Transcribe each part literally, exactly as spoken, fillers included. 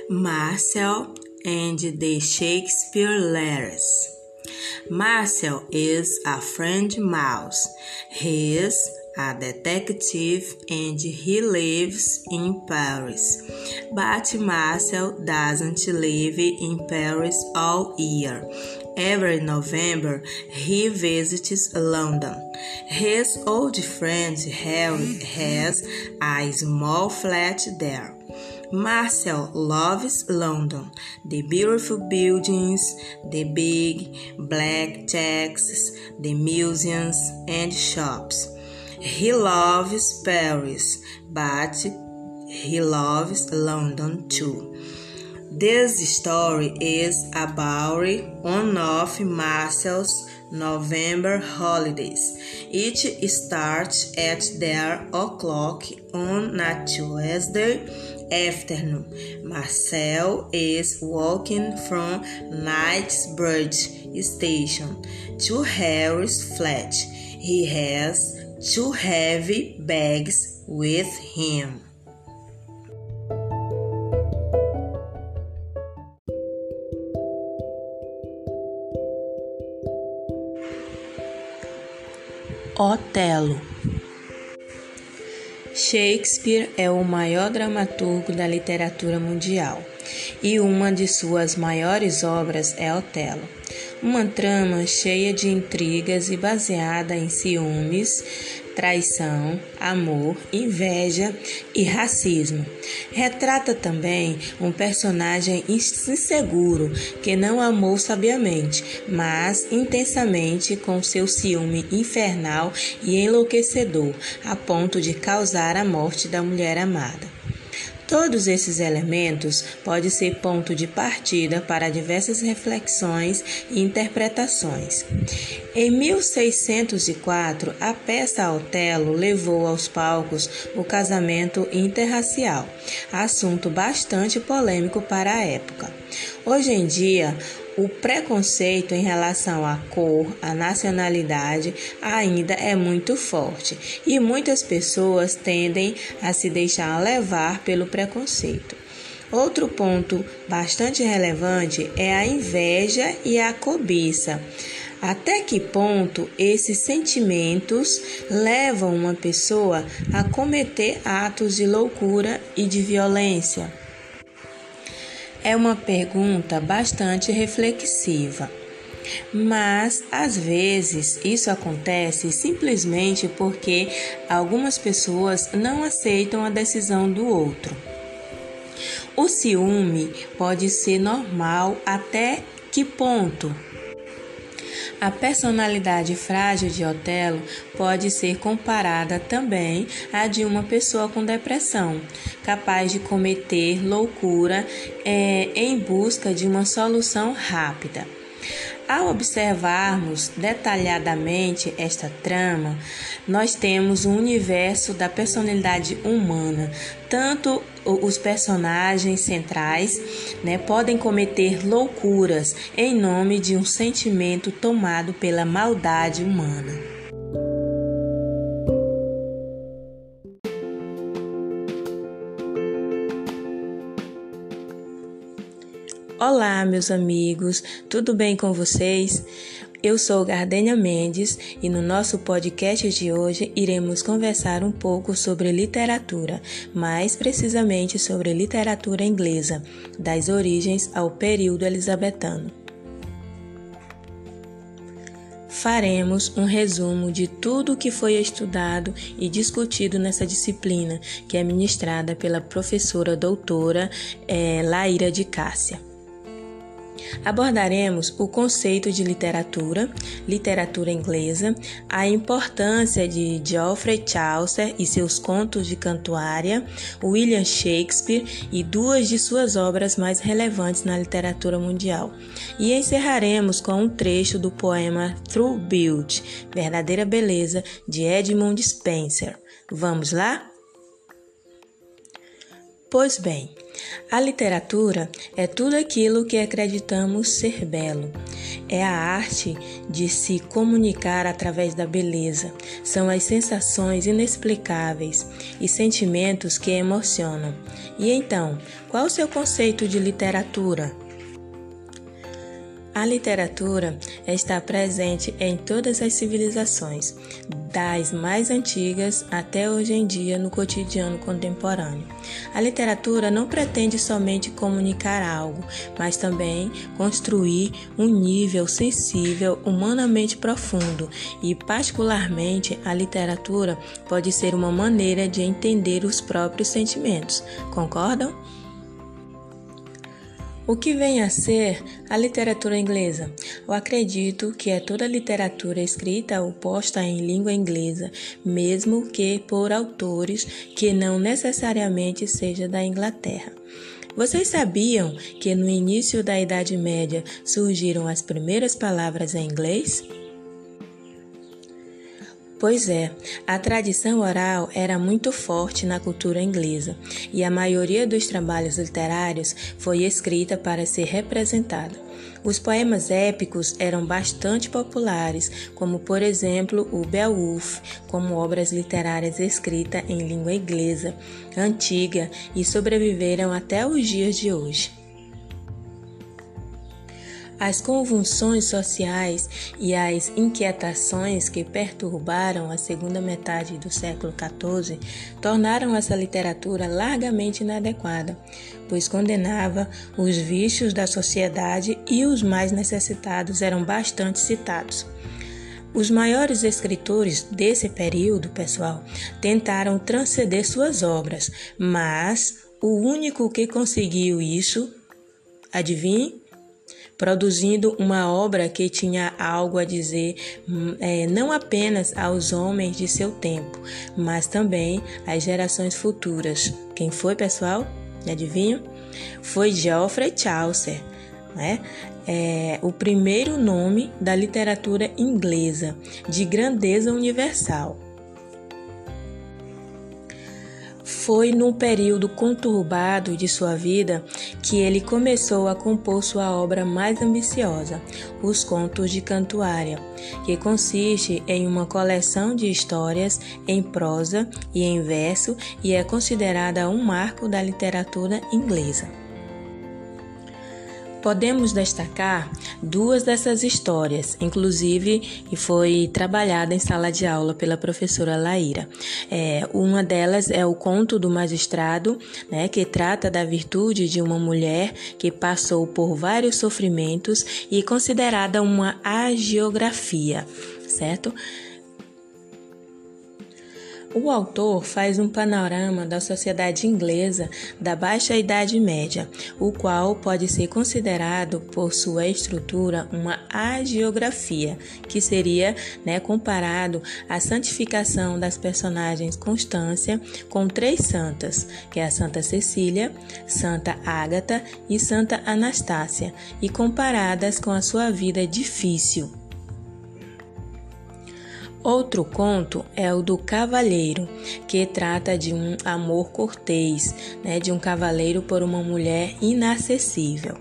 Marcel and the Shakespeare Letters. Marcel is a friend mouse. He is a detective and he lives in Paris. But Marcel doesn't live in Paris all year. Every November, he visits London. His old friend Harry has a small flat there. Marcel loves London, the beautiful buildings, the big black taxis, the museums and shops. He loves Paris, but he loves London too. This story is about one of Marcel's November holidays. It starts at ten o'clock on a Tuesday afternoon. Marcel is walking from Knightsbridge Station to Harry's flat. He has two heavy bags with him. Otelo. Shakespeare é o maior dramaturgo da literatura mundial e uma de suas maiores obras é Otelo, uma trama cheia de intrigas e baseada em ciúmes, traição, amor, inveja e racismo. Retrata também um personagem inseguro que não amou sabiamente, mas intensamente com seu ciúme infernal e enlouquecedor, a ponto de causar a morte da mulher amada. Todos esses elementos podem ser ponto de partida para diversas reflexões e interpretações. Em mil seiscentos e quatro, a peça Otelo levou aos palcos o casamento interracial, assunto bastante polêmico para a época. Hoje em dia, o preconceito em relação à cor, à nacionalidade, ainda é muito forte e muitas pessoas tendem a se deixar levar pelo preconceito. Outro ponto bastante relevante é a inveja e a cobiça. Até que ponto esses sentimentos levam uma pessoa a cometer atos de loucura e de violência? É uma pergunta bastante reflexiva, mas às vezes isso acontece simplesmente porque algumas pessoas não aceitam a decisão do outro. O ciúme pode ser normal até que ponto? A personalidade frágil de Otelo pode ser comparada também à de uma pessoa com depressão, capaz de cometer loucura é, em busca de uma solução rápida. Ao observarmos detalhadamente esta trama, nós temos um universo da personalidade humana. Tanto os personagens centrais, né, podem cometer loucuras em nome de um sentimento tomado pela maldade humana. Olá, meus amigos, tudo bem com vocês? Eu sou Gardênia Mendes e no nosso podcast de hoje iremos conversar um pouco sobre literatura, mais precisamente sobre literatura inglesa, das origens ao período elisabetano. Faremos um resumo de tudo o que foi estudado e discutido nessa disciplina, que é ministrada pela professora doutora é, Laíra de Cássia. Abordaremos o conceito de literatura, literatura inglesa, a importância de Geoffrey Chaucer e seus contos de cantuária, William Shakespeare e duas de suas obras mais relevantes na literatura mundial. E encerraremos com um trecho do poema True Beauty, Verdadeira Beleza, de Edmund Spenser. Vamos lá? Pois bem, A literatura é tudo aquilo que acreditamos ser belo. É a arte de se comunicar através da beleza. São as sensações inexplicáveis e sentimentos que emocionam. E então, qual o seu conceito de literatura? A literatura está presente em todas as civilizações, das mais antigas até hoje em dia no cotidiano contemporâneo. A literatura não pretende somente comunicar algo, mas também construir um nível sensível humanamente profundo e, particularmente, a literatura pode ser uma maneira de entender os próprios sentimentos. Concordam? O que vem a ser a literatura inglesa? Eu acredito que é toda literatura escrita ou posta em língua inglesa, mesmo que por autores que não necessariamente seja da Inglaterra. Vocês sabiam que no início da Idade Média surgiram as primeiras palavras em inglês? Pois é, a tradição oral era muito forte na cultura inglesa e a maioria dos trabalhos literários foi escrita para ser representada. Os poemas épicos eram bastante populares, como por exemplo o Beowulf, como obras literárias escritas em língua inglesa antiga e sobreviveram até os dias de hoje. As convulsões sociais e as inquietações que perturbaram a segunda metade do século quatorze tornaram essa literatura largamente inadequada, pois condenava os vícios da sociedade e os mais necessitados eram bastante citados. Os maiores escritores desse período, pessoal, tentaram transcender suas obras, mas o único que conseguiu isso, adivinhe? Produzindo uma obra que tinha algo a dizer é, não apenas aos homens de seu tempo, mas também às gerações futuras. Quem foi, pessoal? Adivinham? Foi Geoffrey Chaucer, né? É o primeiro nome da literatura inglesa, de grandeza universal. Foi num período conturbado de sua vida que ele começou a compor sua obra mais ambiciosa, Os Contos de Cantuária, que consiste em uma coleção de histórias em prosa e em verso e é considerada um marco da literatura inglesa. Podemos destacar duas dessas histórias, inclusive e foi trabalhada em sala de aula pela professora Laíra. É, uma delas é o Conto do Magistrado, né, que trata da virtude de uma mulher que passou por vários sofrimentos e considerada uma hagiografia, certo? O autor faz um panorama da sociedade inglesa da Baixa Idade Média, o qual pode ser considerado por sua estrutura uma hagiografia, que seria, né, comparado à santificação das personagens Constância com três santas, que é a Santa Cecília, Santa Ágata e Santa Anastácia, e comparadas com a sua vida difícil. Outro conto é o do Cavalheiro, que trata de um amor cortês, né, de um cavaleiro por uma mulher inacessível.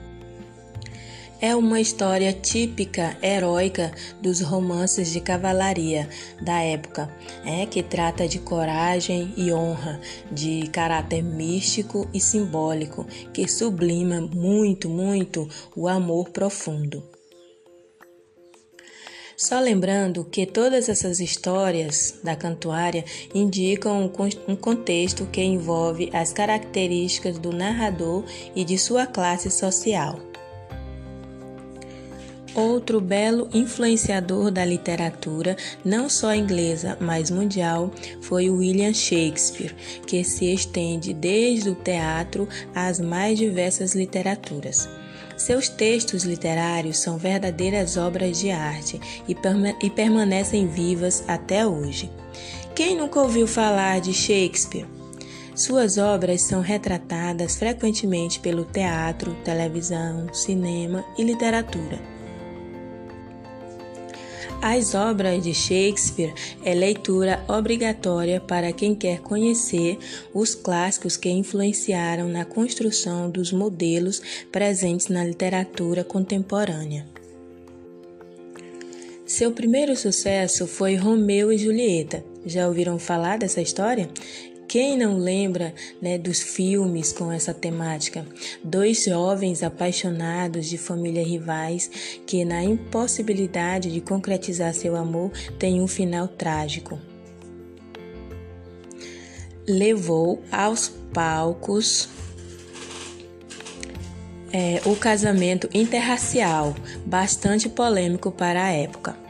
É uma história típica, heróica dos romances de cavalaria da época, é, que trata de coragem e honra, de caráter místico e simbólico, que sublima muito, muito o amor profundo. Só lembrando que todas essas histórias da cantuária indicam um contexto que envolve as características do narrador e de sua classe social. Outro belo influenciador da literatura, não só inglesa, mas mundial, foi William Shakespeare, que se estende desde o teatro às mais diversas literaturas. Seus textos literários são verdadeiras obras de arte e, perma- e permanecem vivas até hoje. Quem nunca ouviu falar de Shakespeare? Suas obras são retratadas frequentemente pelo teatro, televisão, cinema e literatura. As obras de Shakespeare é leitura obrigatória para quem quer conhecer os clássicos que influenciaram na construção dos modelos presentes na literatura contemporânea. Seu primeiro sucesso foi Romeu e Julieta. Já ouviram falar dessa história? Quem não lembra, né, dos filmes com essa temática? Dois jovens apaixonados de famílias rivais que, na impossibilidade de concretizar seu amor, têm um final trágico. Levou aos palcos é, o casamento interracial, bastante polêmico para a época.